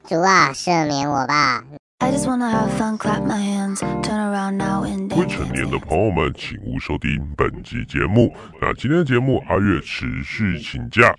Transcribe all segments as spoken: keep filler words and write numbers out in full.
主啊，赦免我吧。 I just wanna have fun, clap my hands, turn around now and 未成年的朋友们，请勿收听本集节目。那今天的节目，阿月持续请假。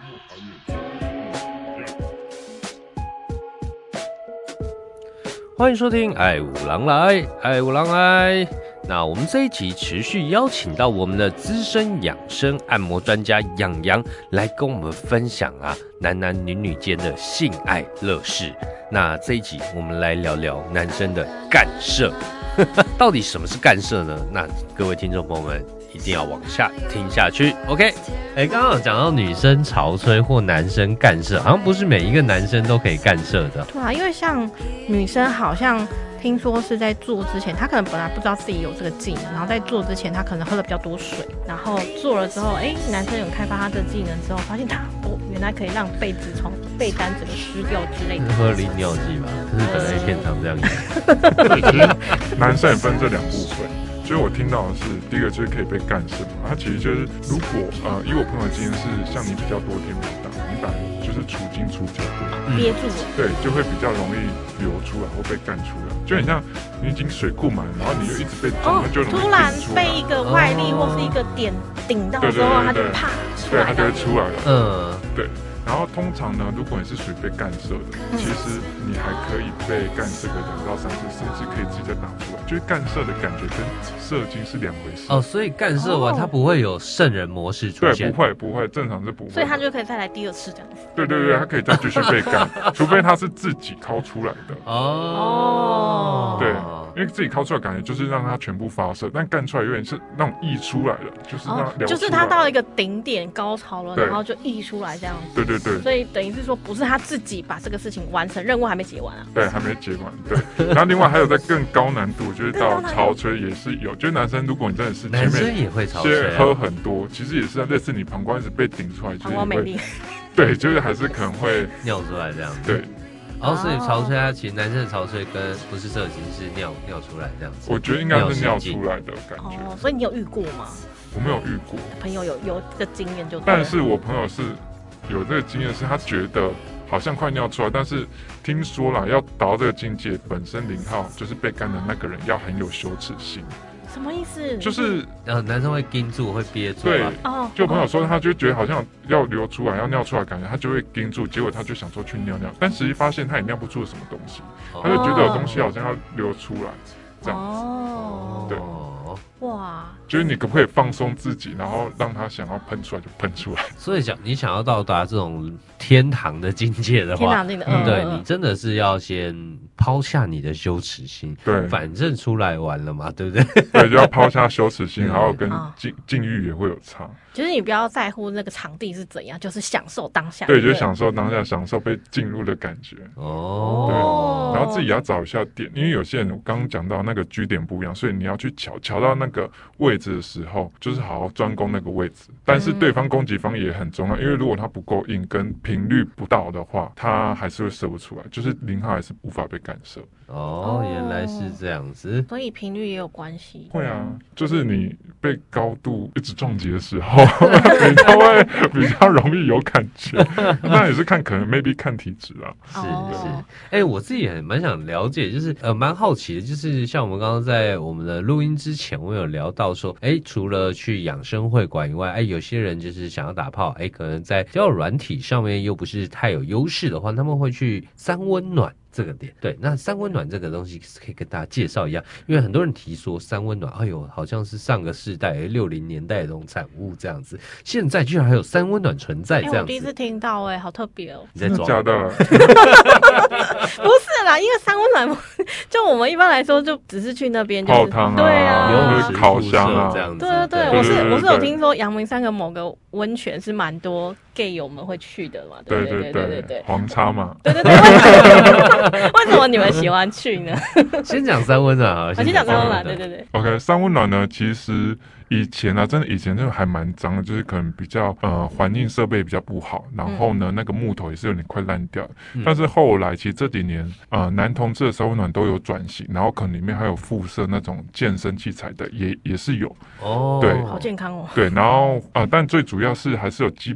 欢迎收听《爱五郎来》，爱五郎来。那我们这一集持续邀请到我们的资深养生按摩专家养羊来跟我们分享啊男男女女间的性爱乐事。那这一集我们来聊聊男生的干涉，到底什么是干涉呢？那各位听众朋友们一定要往下听下去。OK， 哎，刚刚有讲到女生潮吹或男生干涉，好像不是每一个男生都可以干涉的。 对啊，因为像女生好像听说是在做之前，她可能本来不知道自己有这个技能，然后在做之前她可能喝了比较多水，然后做了之后，哎，男生有开发他的技能之后，发现他哦，原来可以让被子从被单整个湿掉之类的。 喝利尿剂吧，就是本来片常这样演。 对，其实男生也分这两部分。所以我听到的是，第一个就是可以被干涉嘛，它其实就是如果呃，以我朋友的经验是，像你比较多天没打，你本来就是出进出比较多， 憋住了， 对，就会比较容易流出来或被干出来，就很像你已经水库满，然后你又一直被撞， 哦， 就容易突然顶出来被一个外力或是一个点顶到之后，它就啪出对， 来， 它就会出来了， 嗯， 对。然后通常呢，如果你是属于被干涉的， 嗯、 其实你还可以被干涉个两到三次，甚至可以直接打出来。就是干涉的感觉跟射精是两回事。 哦，所以干涉完它不会有圣人模式出现。 对，不会不会，正常是不会。 所以他就可以再来第二次这样子。 对对对，他可以再继续被干，除非他是自己掏出来的。 哦， 对。因为自己掏出来感觉就是让它全部发射，但干出来有点是那种溢出来了，就是那、哦、 就是它到一个顶点高潮了，然后就溢出来这样子。 对对对。 所以等于是说，不是他自己把这个事情完成，任务还没结完啊。 对，还没结完。对。然后另外还有在更高难度，就是到潮吹也是有。就是男生，如果你真的是前面男生也会潮吹、啊， 喝很多，其实也是类似你膀胱一直被顶出来，就是膀胱没力。 对，就是还是可能会尿出来这样子。 对。 然后所以潮吹，它其实男生的潮吹跟不是射精是尿尿出来这样子。 我觉得应该是尿出来的感觉。 哦，所以你有遇过吗？ 我没有遇过。 朋友有有这个经验就对了。 但是我朋友是有这个经验，是他觉得好像快尿出来，但是听说啦，要达到这个境界，本身零号就是被干的那个人要很有羞耻心。 什么意思？ 就是呃，男生会盯住，会憋住。 对， 哦， 就我朋友说，他就觉得好像要流出来，要尿出来，感觉他就会盯住，结果他就想说去尿尿，但实际发现他也尿不出什么东西， 哦、 他就觉得有东西好像要流出来，这样子。 哦， 对。 哇， 就是你可不可以放松自己，然后让他想要喷出来就喷出来。 所以想你想要到达这种天堂的境界的话， 天堂境的，嗯、 对你真的是要先抛下你的羞耻心。 对， 反正出来玩了嘛，对不对？ 对，就要抛下羞耻心，然后跟境境遇也会有差。 就是你不要在乎那个场地是怎样，就是享受当下。 对，就是享受当下，享受被进入的感觉。 哦， 对，然后自己要找一下点，因为有些人我刚刚讲到那个居点不一样，所以你要去瞧瞧到那个位置的时候，就是好好专攻那个位置。但是对方攻击方也很重要，因为如果他不够硬，跟频率不到的话，他还是会射不出来，就是零号还是无法被干涉。 哦，原来是这样子， 所以频率也有关系。 会啊，就是你被高度一直撞击的时候，比较会比较容易有感觉。那也是看可能 maybe 看体质啊。 是是，哎、欸，我自己也蛮想了解，就是呃蛮好奇的，就是像我们刚刚在我们的录音之前，我有聊到说，哎、欸，除了去养生会馆以外，哎、欸，有些人就是想要打炮，哎、欸，可能在交友软体上面又不是太有优势的话，他们会去三温暖。这个点对，那三温暖这个东西可以跟大家介绍一下，因为很多人提说三温暖，哎呦，好像是上个世代六零年代的这种产物这样子，现在居然还有三温暖存在这样子。 欸、我第一次听到、欸，哎，好特别哦！ 你在装？ 假的？ 不是啦，因为三温暖，就我们一般来说就只是去那边、就是、 泡汤啊， 对啊， 有烤箱啊这样子。 对对对， 对我是对对我是有听说阳明山的某个温泉是蛮多 gay 友们会去的嘛，对对对对对对， 黄叉嘛， 对对对，为什么你们喜欢去呢？ 先讲三温暖啊， 先讲三温暖，对对对。 OK， 三温暖呢，其实以前啊，真的以前就还蛮脏的，就是可能比较呃环境设备比较不好，然后呢、嗯、那个木头也是有点快烂掉、嗯。但是后来其实这几年呃男同志的三温暖都有转型，然后可能里面还有附设那种健身器材的，也也是有哦， 对， 好健康哦。 对，然后呃但最主要是还是有基本的考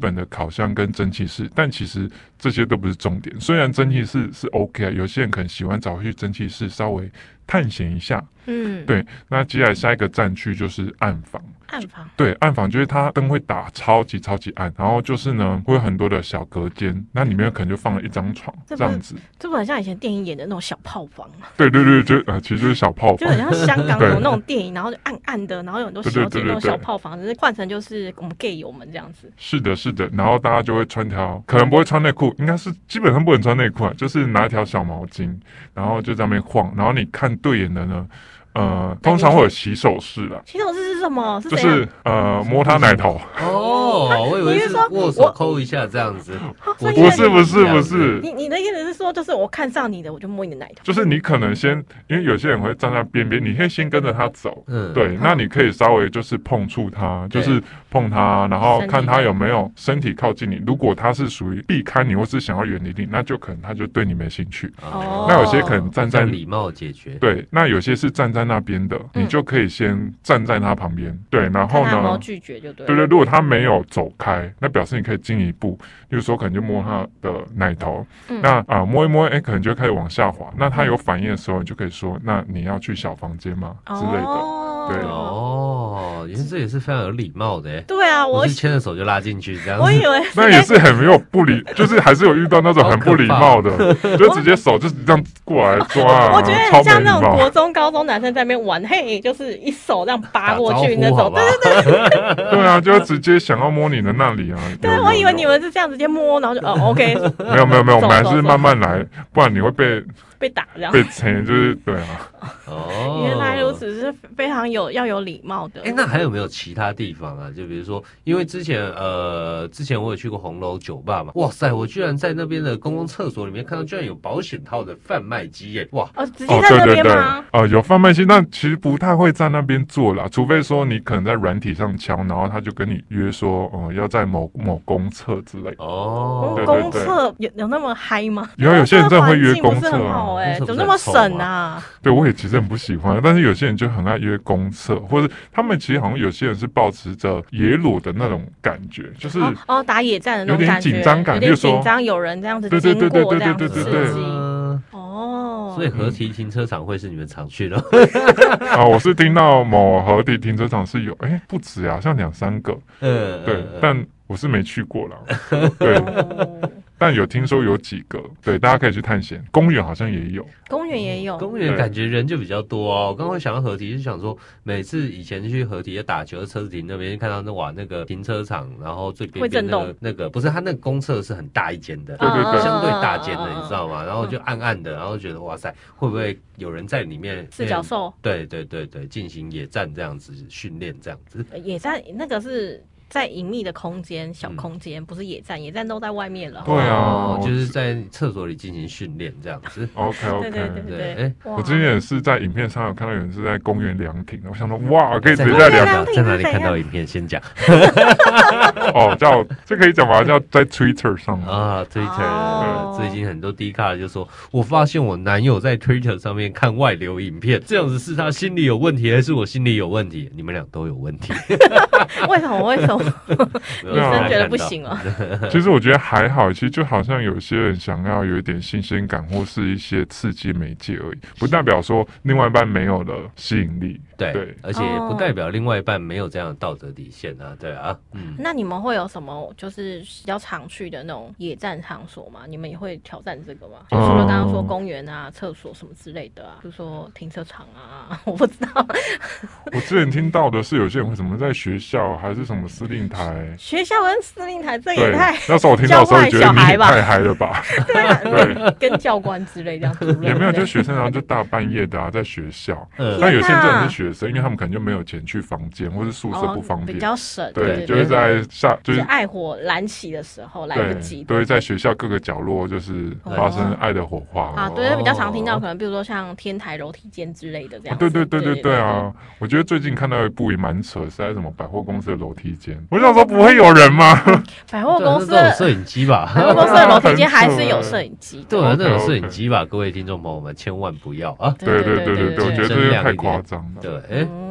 箱跟蒸汽室，但其实这些都不是重点。虽然蒸汽室是 OK 啊，有些人可能喜欢早去蒸汽室稍微探险一下。嗯，对。那接下来下一个站区就是暗房。 暗房， 对，暗房就是它灯会打超级超级暗，然后就是呢会有很多的小隔间，那里面可能就放了一张床这样子。 这不很像以前电影演的那种小炮房吗？ 对对对，就呃其实就是小炮房， 就很像香港有那种电影，然后就暗暗的，然后有很多小姐那种小炮房，只是换成就是我们 gay 友们这样子。 是的，是的，然后大家就会穿条，可能不会穿内裤，应该是基本上不能穿内裤啊，就是拿一条小毛巾，然后就在那边晃，然后你看对眼的呢。呃，通常会有洗手式啦。 洗手式是什么？是就是呃摸他奶头。 哦，我以为是握手抠一下这样子。 不是不是不是。 你你的意思是说，就是我看上你的，我就摸你的奶头。 就是你可能先，因为有些人会站在边边，你可以先跟着他走。嗯，对，那你可以稍微就是碰触他，就是碰他，然后看他有没有身体靠近你。如果他是属于避开你，或是想要远离你，那就可能他就对你没兴趣。哦。那有些可能站在礼貌解决。 对，那有些是站在。在那边的，你就可以先站在他旁边，对，然后呢， 看他有没有拒绝就对了。 对对，如果他没有走开，那表示你可以进一步，比如说可能就摸他的奶头，嗯、那啊、呃、摸一摸，哎、欸，可能就开始往下滑。那他有反应的时候，你就可以说，那你要去小房间吗、哦、之类的，对。 哦，原来这也是非常有礼貌的， 对啊， 我是牵着手就拉进去这样子。 我以为那也是很没有不礼，就是还是有遇到那种很不礼貌的，就直接手就这样过来抓、啊。 我觉得很像那种国中、高中男生在那边玩，嘿，就是一手这样扒过去那种，对对对， 对啊，就直接想要摸你的那里啊。 对，我以为你们是这样直接摸，然后就哦 OK。 没有没有没有，我们还是慢慢来，不然你会被。 被打这样， 被撑就是对啊。 哦，原来如此，是非常有要有礼貌的。 哎、欸，那还有没有其他地方啊？就比如说，因为之前呃，之前我有去过红楼酒吧嘛，哇塞，我居然在那边的公共厕所里面看到，居然有保险套的贩卖机耶！哇， 哦，直接在那边吗？ 哦，有贩卖机，但其实不太会在那边做啦，除非说你可能在软体上敲，然后他就跟你约说，哦、呃，要在某某公厕之类的。 哦，对对对，公厕有有那么嗨吗？ 有有些人真的会约公厕啊。 哎、欸，怎么那么省啊？ 对，我也其实很不喜欢，但是有些人就很爱约公厕，或者他们其实好像有些人是抱持着野裸的那种感觉，就是哦，哦打野战的那种感觉， 有点紧张感， 有点紧张，有人这样子经过，这样子刺激。 哦，所以合体停车场会是你们常去的啊？我是听到某合体停车场是有，哎、欸，不止啊，像两三个，嗯，对，但我是没去过啦，对。但有听说有几个，对，大家可以去探险。公园好像也有， 公园也有， 公园感觉人就比较多哦。我刚刚想到合体，就想说，每次以前去合体打球，车子停那边，看到那哇那个停车场，然后最边边那个那个不是它那个公厕是很大一间的， 对对对， 相对大间的，你知道吗？然后就暗暗的，然后觉得哇塞，会不会有人在里面四角兽？ 对对对对，进行野战这样子训练这样子。 野战那个是。在隐秘的空间，小空间、嗯、不是野战，野战都在外面了。 对啊， 哦、就是在厕所里进行训练这样子。 OK OK， 对对对对。 哎、欸， 我之前也是在影片上有看到有人是在公园凉亭，我想说哇，可以直接在凉亭。在哪里看到影片？先讲。 哦，叫这可以讲吗？叫在 Twitter 上啊 ，Twitter、哦、最近很多 D 卡就说，我发现我男友在 Twitter 上面看外流影片，这样子是他心里有问题，还是我心里有问题？你们俩都有问题。 为什么？为什么？女生觉得不行了。 其实我觉得还好，其实就好像有些人想要有一点新鲜感或是一些刺激媒介而已，不代表说另外一半没有了吸引力。 对，对，而且不代表另外一半没有这样的道德底线啊。对啊，嗯。 那你们会有什么就是比较常去的那种野战场所吗？你们也会挑战这个吗？就除了刚刚说公园啊、厕所什么之类的啊，比如说停车场啊，我不知道。 我之前听到的是有些人会什么在学校还是什么司令台， 学校跟司令台这也太…… 那时候我听到的时候觉得你也太嗨了吧？ 对啊，对，跟教官之类这样。 也没有，就学生然后就大半夜的啊，在学校。嗯，但有些人真的是学生，因为他们可能就没有钱去房间，或是宿舍不方便， 比较省。 对，就是在下就是爱火燃起的时候来不及， 都会在学校各个角落就是发生爱的火花啊。对，比较常听到可能比如说像天台楼梯间之类的这样。 对对对对对啊！我觉得最近看到一部也蛮扯，是在什么百货公司的楼梯间。我想说不会有人吗？ 百货公司有摄影机吧？ 百货公司的楼梯间还是有摄影机。 对啊，那有摄影机吧？各位听众朋友们，千万不要啊！ 对对对对对，我觉得这个太夸张了。 对，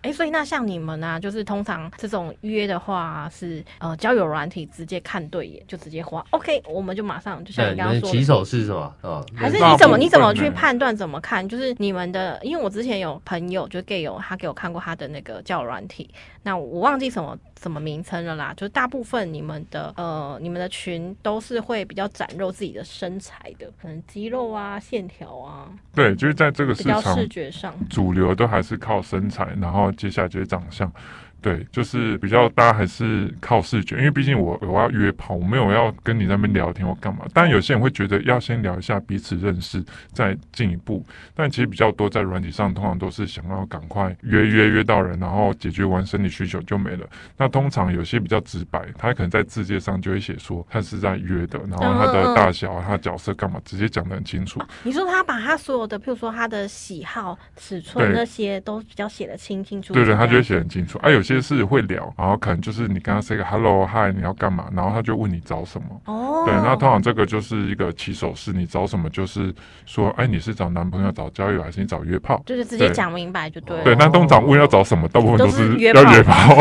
哎、欸，所以那像你们啊，就是通常这种约的话是呃交友软体直接看对眼就直接滑 ，OK， 我们就马上就像你刚刚说的， 起手是什么？哦， 还是你怎么你怎么去判断怎么看？就是你们的，因为我之前有朋友就 gay 友，他给我看过他的那个交友软体，那我忘记什么什么名称了啦，就是大部分你们的呃你们的群都是会比较展露自己的身材的，可能肌肉啊、线条啊， 对，就是在这个市场比较视觉上， 主流都还是靠身材，然后接下来就是长相。对，就是比较大家还是靠视觉，因为毕竟我我要约炮，我没有要跟你在那边聊天或干嘛。当然有些人会觉得要先聊一下彼此认识，再进一步。但其实比较多在软体上，通常都是想要赶快约约约到人，然后解决完生理需求就没了。那通常有些比较直白，他可能在字界上就会写说他是在约的，然后他的大小、他的角色干嘛，直接讲得很清楚。 哦、你说他把他所有的，譬如说他的喜好、尺寸那些都比较写得清清楚楚。 对对，他就会写得很清楚。啊，有些是会聊，然后可能就是你跟他 say 个 hello hi 你要干嘛，然后他就问你找什么。哦，对，那通常这个就是一个起手式，你找什么就是说，哎，你是找男朋友、找交友还是你找约炮？ 就是直接讲明白就对了。 对，但通常问要找什么，大部分都是要约炮。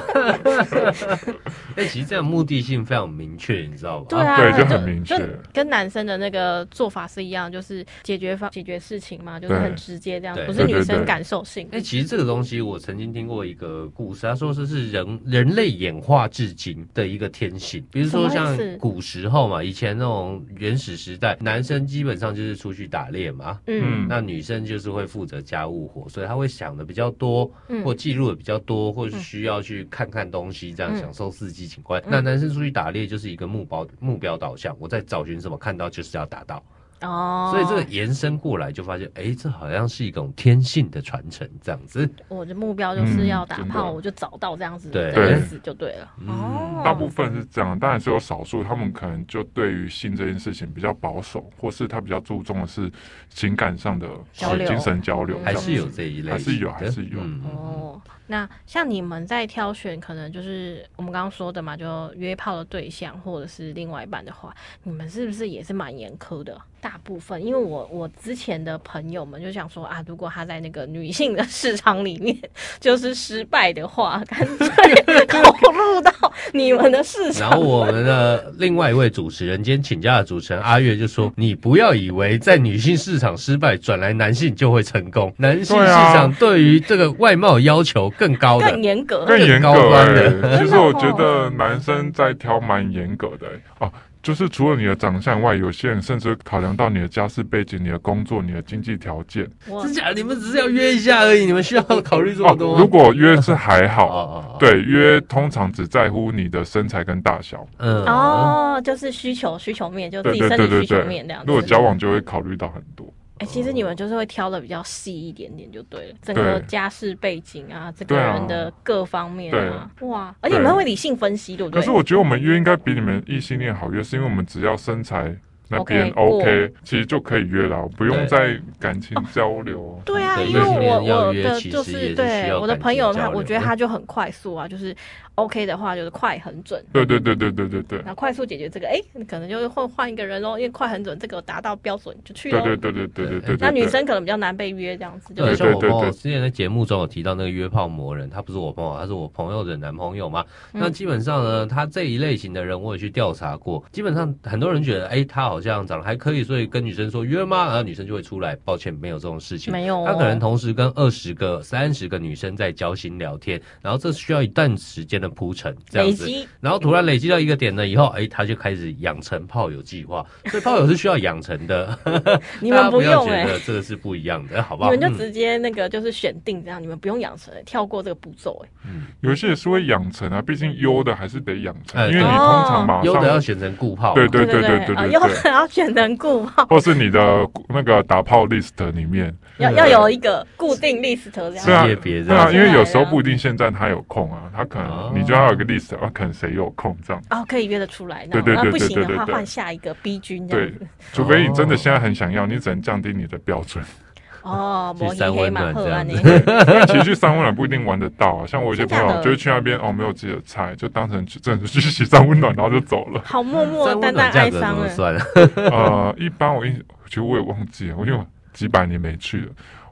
哎，其实这样目的性非常明确，你知道吧？ 对啊， 对，就很明确， 跟男生的那个做法是一样，就是解决方解决事情嘛，就是很直接这样，不是女生感受性。 哎，其实这个东西我曾经听过一个故事，他说这是人人类演化至今的一个天性。比如说像古时候嘛，以前那种原始时代，男生基本上就是出去打猎嘛，嗯，那女生就是会负责家务活，所以他会想的比较多，嗯、或记录的比较多，或是需要去看看东西，这样享受四季景观。嗯、那男生出去打猎就是一个目标目标导向，我在找寻什么，看到就是要打到。哦，所以这个延伸过来就发现，哎，这好像是一种天性的传承，这样子。 我的目标就是要打炮，嗯、我就找到这样子的意思就对了。哦， 大部分是这样，当然是有少数，他们可能就对于性这件事情比较保守，或是他比较注重的是情感上的交流、 精神交流， 还是有这一类， 还是有，还是有。 嗯、哦，那像你们在挑选，可能就是我们刚刚说的嘛，就约炮的对象或者是另外一半的话，你们是不是也是蛮严苛的？大部分，因为我我之前的朋友们就想说啊，如果他在那个女性的市场里面就是失败的话，干脆投入到你们的市场。 然后我们的另外一位主持人兼请假的主持人阿月就说：“你不要以为在女性市场失败，转来男性就会成功。男性市场对于这个外貌要求更高的、 更严格、 更严格、 高端的。 其实我觉得男生在挑蛮严格的、欸、哦。就是除了你的长相外，有些人甚至考量到你的家世背景、你的工作、你的经济条件。 真假？你们只是要约一下而已，你们需要考虑这么多？ 哦、如果约是还好，哦、对，约通常只在乎你的身材跟大小。 嗯，哦，就是需求需求面，就自己身体需求面这样子。 如果交往就会考虑到很多。 哎、欸，其实你们就是会挑的比较细一点点就对了，整个家世背景啊，这个人的各方面啊，哇，而且你们会理性分析，对不对？ 可是我觉得我们约应该比你们异性恋好约，是因为我们只要身材那边 OK，, OK 其实就可以约了，不用再感情交流。 对啊，因为我我的就是对我的朋友他，我觉得他就很快速啊，就是 OK 的话就是快很准。 对对对对对对对。 然后快速解决这个，哎，可能就是换换一个人咯，因为快很准这个达到标准就去咯。 对对对对对对对。 那女生可能比较难被约这样子。 对，像我朋友之前在节目中有提到那个约炮魔人，他不是我朋友，他是我朋友的男朋友嘛。那基本上呢，他这一类型的人我也去调查过，基本上很多人觉得，哎，他好像长得还可以。所以跟女生说约吗？然后女生就会出来，抱歉，没有这种事情。 没有、哦， 他可能同时跟二十个、三十个女生在交心聊天，然后这需要一段时间的铺陈，这样子。然后突然累积到一个点了以后，哎，他就开始养成炮友计划。所以炮友是需要养成的， 你们不用哎、欸，觉得这个是不一样的，好不好？ 你们就直接那个就是选定这样，嗯、你们不用养成，跳过这个步骤哎。 嗯，有些也是会养成啊，毕竟优的还是得养成，嗯、因为你通常马上优的要选成固炮， 对对对对对对， 优的要选成固炮， 或是你的那个打炮 list 里面要要有一个固定 list 这样。 对啊，对啊，因为有时候不一定现在他有空啊，他可能你就要有个 list， 啊，可能谁有空这样。 哦，可以约得出来。 对对对对对对。 不行的话换下一个 B 君这样子。 对，除非你真的现在很想要，你只能降低你的标准。 哦，去三温暖这样子。 对，其实去三温暖不一定玩得到啊。像我有些朋友就会去那边哦，没有自己的菜，就当成真的去洗三温暖，然后就走了。 好默默淡淡哀伤了。 呃，一般我一其实我也忘记了，因为几百年没去了。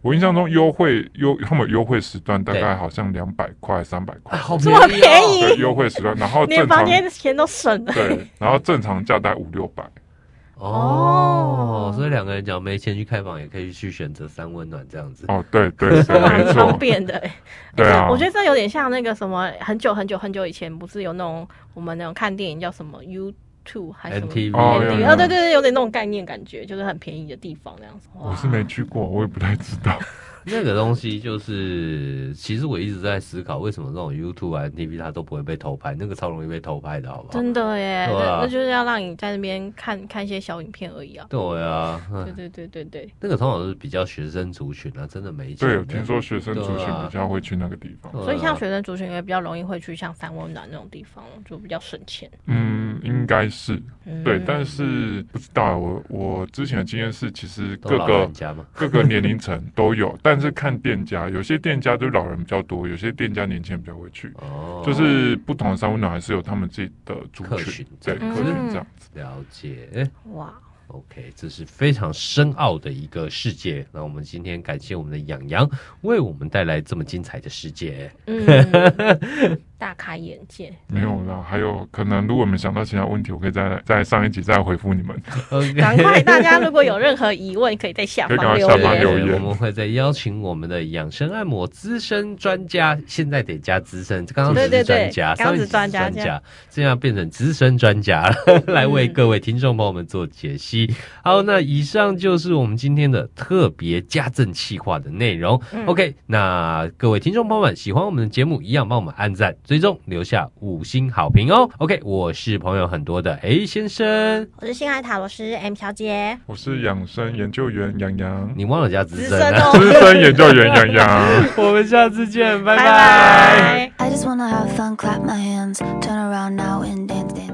我印象中优惠优他们优惠时段大概好像两百块、三百块， 好这么便宜， 对，优惠时段，然后连正常房间的钱都省了。 对，然后正常价大概五六百。 哦，所以两个人只要没钱去开房，也可以去选择三温暖这样子。 哦，对对对，没蛮错方，便的、欸。 对啊， 我觉得这有点像那个什么，很久很久很久以前不是有那种我们那种看电影叫什么 YouTube 还是什么 N T V 哦 N T V 有有哦，对对对，有点那种概念感觉，就是很便宜的地方那样子。 我是没去过，我也不太知道。 那个东西就是，其实我一直在思考，为什么这种 YouTube 啊、T V 它都不会被偷拍，那个超容易被偷拍的，好不好？ 真的耶， 对啊那那就是要让你在那边看看一些小影片而已啊。 对啊， 对对对对对， 那个通常是比较学生族群啊，真的没钱。 对，有听说学生族群对啊比较会去那个地方。 对啊所以像学生族群也比较容易会去像三温暖那种地方，就比较省钱。 嗯，应该是嗯对，但是不知道啊我我之前的经验是，其实都老各个人家嘛， 各个年龄层都有，但是看店家，有些店家就是老人比较多，有些店家年轻人比较会去， 哦， 就是不同的三温暖还是有他们自己的族客群群， 对嗯客群这样子。 了解。 哇， OK，这是非常深奥的一个世界。那我们今天感谢我们的养羊为我们带来这么精彩的世界。 嗯，大开眼界。 没有啦，还有可能如果你们想到其他问题，我可以再再上一集再回复你们。 OK， 赶快，大家如果有任何疑问，可以在下可以赶方留快下方言。 留言我们会再邀请我们的养生按摩资深专家，现在得加资深，刚刚只是专家， 对对对刚刚只是专上一集是专家家，现在变成资深专家了，来为各位听众朋友们做解析。好，那以上就是我们今天的特别家政企划的内容。 嗯 OK， 那各位听众朋友们，喜欢我们的节目，一样帮我们按赞、追踪、留下五星好评哦。OK， 我是朋友很多的 A 先生， 我是性爱塔罗师 M 小姐， 我是养生研究员杨洋， 你忘了加资深了。 资深哦， 资深研究员杨洋。 我们下次见，拜拜拜。 拜。 I just wanna have fun, clap my hands, turn around now and dance, dance.